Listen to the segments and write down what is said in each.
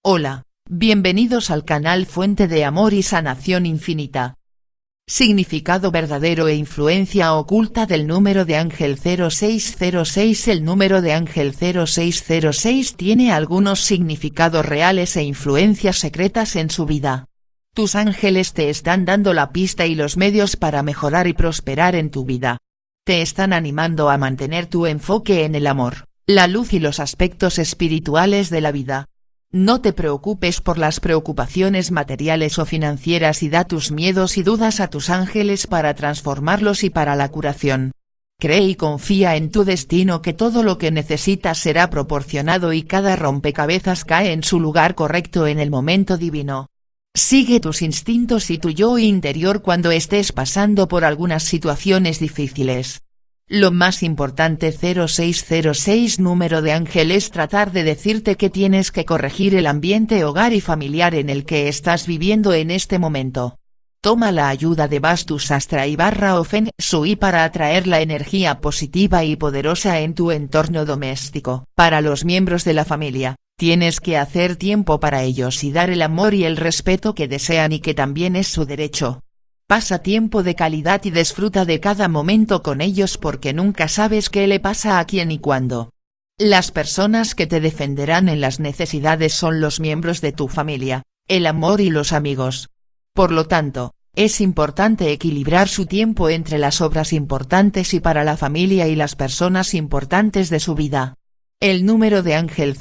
Hola, bienvenidos al canal Fuente de Amor y Sanación Infinita. Significado verdadero e influencia oculta del número de ángel 0606. El número de ángel 0606 tiene algunos significados reales e influencias secretas en su vida. Tus ángeles te están dando la pista y los medios para mejorar y prosperar en tu vida. Te están animando a mantener tu enfoque en el amor, la luz y los aspectos espirituales de la vida. No te preocupes por las preocupaciones materiales o financieras y da tus miedos y dudas a tus ángeles para transformarlos y para la curación. Cree y confía en tu destino, que todo lo que necesitas será proporcionado y cada rompecabezas cae en su lugar correcto en el momento divino. Sigue tus instintos y tu yo interior cuando estés pasando por algunas situaciones difíciles. Lo más importante 0606 número de ángel es tratar de decirte que tienes que corregir el ambiente hogar y familiar en el que estás viviendo en este momento. Toma la ayuda de Vastu Sastra y / Feng Shui para atraer la energía positiva y poderosa en tu entorno doméstico. Para los miembros de la familia, tienes que hacer tiempo para ellos y dar el amor y el respeto que desean y que también es su derecho. Pasa tiempo de calidad y disfruta de cada momento con ellos, porque nunca sabes qué le pasa a quién y cuándo. Las personas que te defenderán en las necesidades son los miembros de tu familia, el amor y los amigos. Por lo tanto, es importante equilibrar su tiempo entre las obras importantes y para la familia y las personas importantes de su vida. El número de ángel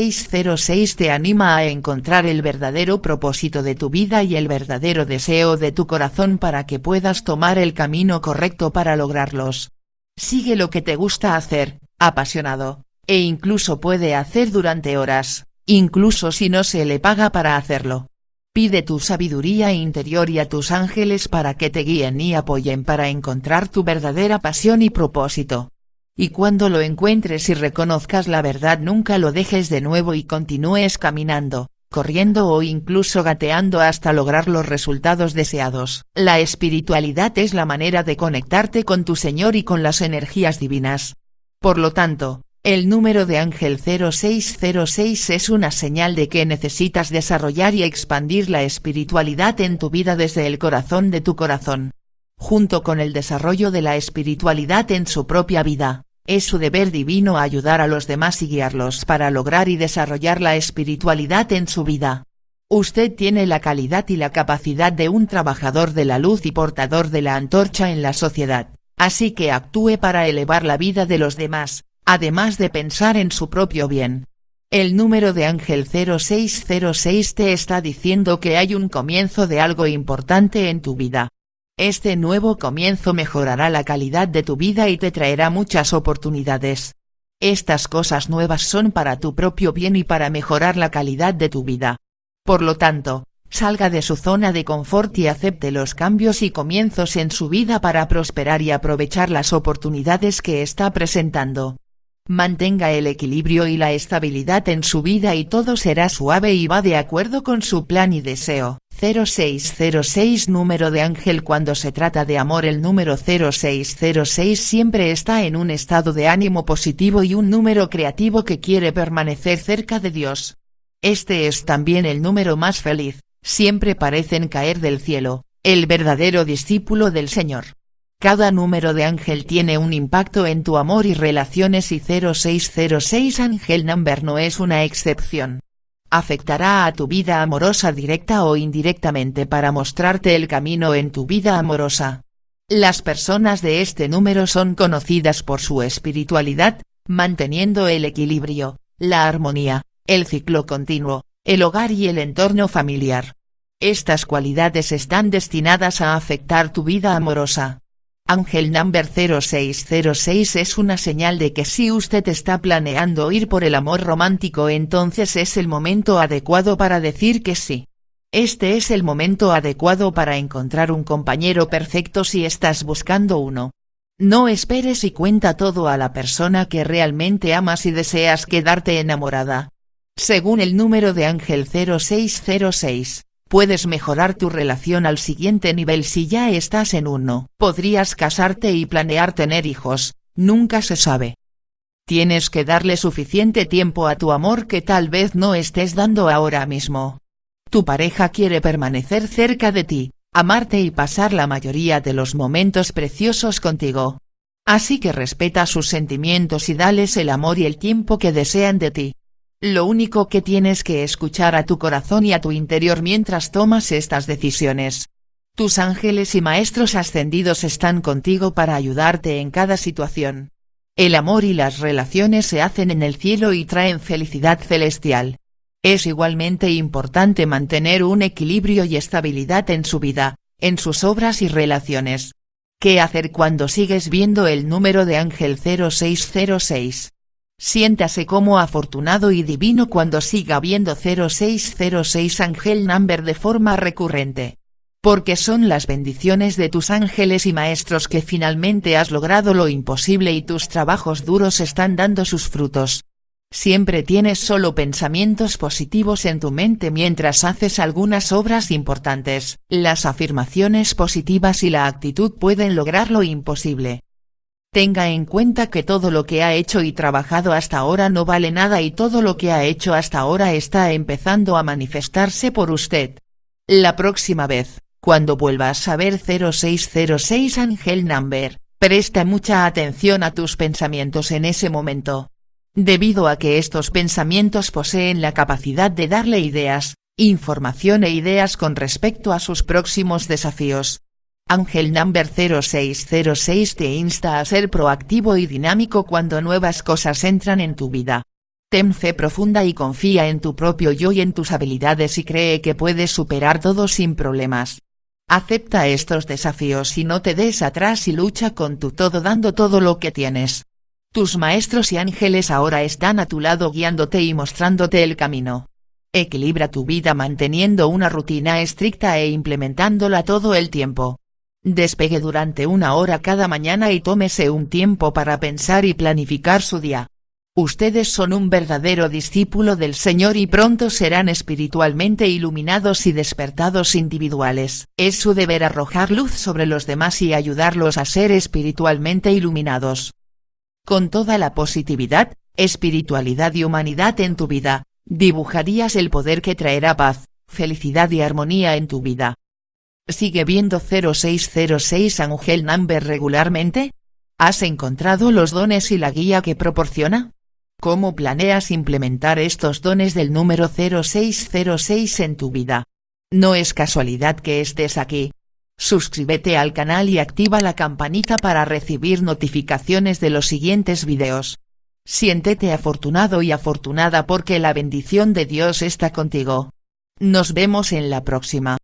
0606 te anima a encontrar el verdadero propósito de tu vida y el verdadero deseo de tu corazón para que puedas tomar el camino correcto para lograrlos. Sigue lo que te gusta hacer, apasionado, e incluso puede hacer durante horas, incluso si no se le paga para hacerlo. Pide tu sabiduría interior y a tus ángeles para que te guíen y apoyen para encontrar tu verdadera pasión y propósito. Y cuando lo encuentres y reconozcas la verdad, nunca lo dejes de nuevo y continúes caminando, corriendo o incluso gateando hasta lograr los resultados deseados. La espiritualidad es la manera de conectarte con tu Señor y con las energías divinas. Por lo tanto, el número de ángel 0606 es una señal de que necesitas desarrollar y expandir la espiritualidad en tu vida desde el corazón de tu corazón. Junto con el desarrollo de la espiritualidad en su propia vida, es su deber divino ayudar a los demás y guiarlos para lograr y desarrollar la espiritualidad en su vida. Usted tiene la calidad y la capacidad de un trabajador de la luz y portador de la antorcha en la sociedad, así que actúe para elevar la vida de los demás, además de pensar en su propio bien. El número de ángel 0606 te está diciendo que hay un comienzo de algo importante en tu vida. Este nuevo comienzo mejorará la calidad de tu vida y te traerá muchas oportunidades. Estas cosas nuevas son para tu propio bien y para mejorar la calidad de tu vida. Por lo tanto, salga de su zona de confort y acepte los cambios y comienzos en su vida para prosperar y aprovechar las oportunidades que está presentando. Mantenga el equilibrio y la estabilidad en su vida y todo será suave y va de acuerdo con su plan y deseo. 0606 número de ángel. Cuando se trata de amor, el número 0606 siempre está en un estado de ánimo positivo y un número creativo que quiere permanecer cerca de Dios. Este es también el número más feliz, siempre parecen caer del cielo, el verdadero discípulo del Señor. Cada número de ángel tiene un impacto en tu amor y relaciones y 0606 ángel number no es una excepción. Afectará a tu vida amorosa directa o indirectamente para mostrarte el camino en tu vida amorosa. Las personas de este número son conocidas por su espiritualidad, manteniendo el equilibrio, la armonía, el ciclo continuo, el hogar y el entorno familiar. Estas cualidades están destinadas a afectar tu vida amorosa. Ángel number 0606 es una señal de que si usted está planeando ir por el amor romántico, entonces es el momento adecuado para decir que sí. Este es el momento adecuado para encontrar un compañero perfecto si estás buscando uno. No esperes y cuenta todo a la persona que realmente amas y deseas quedarte enamorada. Según el número de ángel 0606. Puedes mejorar tu relación al siguiente nivel si ya estás en uno. Podrías casarte y planear tener hijos, nunca se sabe. Tienes que darle suficiente tiempo a tu amor que tal vez no estés dando ahora mismo. Tu pareja quiere permanecer cerca de ti, amarte y pasar la mayoría de los momentos preciosos contigo. Así que respeta sus sentimientos y dales el amor y el tiempo que desean de ti. Lo único que tienes que escuchar a tu corazón y a tu interior mientras tomas estas decisiones. Tus ángeles y maestros ascendidos están contigo para ayudarte en cada situación. El amor y las relaciones se hacen en el cielo y traen felicidad celestial. Es igualmente importante mantener un equilibrio y estabilidad en su vida, en sus obras y relaciones. ¿Qué hacer cuando sigues viendo el número de ángel 0606? Siéntase como afortunado y divino cuando siga viendo 0606 ángel number de forma recurrente. Porque son las bendiciones de tus ángeles y maestros que finalmente has logrado lo imposible y tus trabajos duros están dando sus frutos. Siempre tienes solo pensamientos positivos en tu mente mientras haces algunas obras importantes. Las afirmaciones positivas y la actitud pueden lograr lo imposible. Tenga en cuenta que todo lo que ha hecho y trabajado hasta ahora no vale nada y todo lo que ha hecho hasta ahora está empezando a manifestarse por usted. La próxima vez, cuando vuelvas a ver 0606 ángel number, presta mucha atención a tus pensamientos en ese momento. Debido a que estos pensamientos poseen la capacidad de darle ideas, información e ideas con respecto a sus próximos desafíos. Ángel number 0606 te insta a ser proactivo y dinámico cuando nuevas cosas entran en tu vida. Ten fe profunda y confía en tu propio yo y en tus habilidades y cree que puedes superar todo sin problemas. Acepta estos desafíos y no te des atrás y lucha con tu todo dando todo lo que tienes. Tus maestros y ángeles ahora están a tu lado guiándote y mostrándote el camino. Equilibra tu vida manteniendo una rutina estricta e implementándola todo el tiempo. Despegue durante 1 hora cada mañana y tómese un tiempo para pensar y planificar su día. Ustedes son un verdadero discípulo del Señor y pronto serán espiritualmente iluminados y despertados individuales. Es su deber arrojar luz sobre los demás y ayudarlos a ser espiritualmente iluminados. Con toda la positividad, espiritualidad y humanidad en tu vida, dibujarías el poder que traerá paz, felicidad y armonía en tu vida. ¿Sigue viendo 0606 ángel number regularmente? ¿Has encontrado los dones y la guía que proporciona? ¿Cómo planeas implementar estos dones del número 0606 en tu vida? No es casualidad que estés aquí. Suscríbete al canal y activa la campanita para recibir notificaciones de los siguientes videos. Siéntete afortunado y afortunada porque la bendición de Dios está contigo. Nos vemos en la próxima.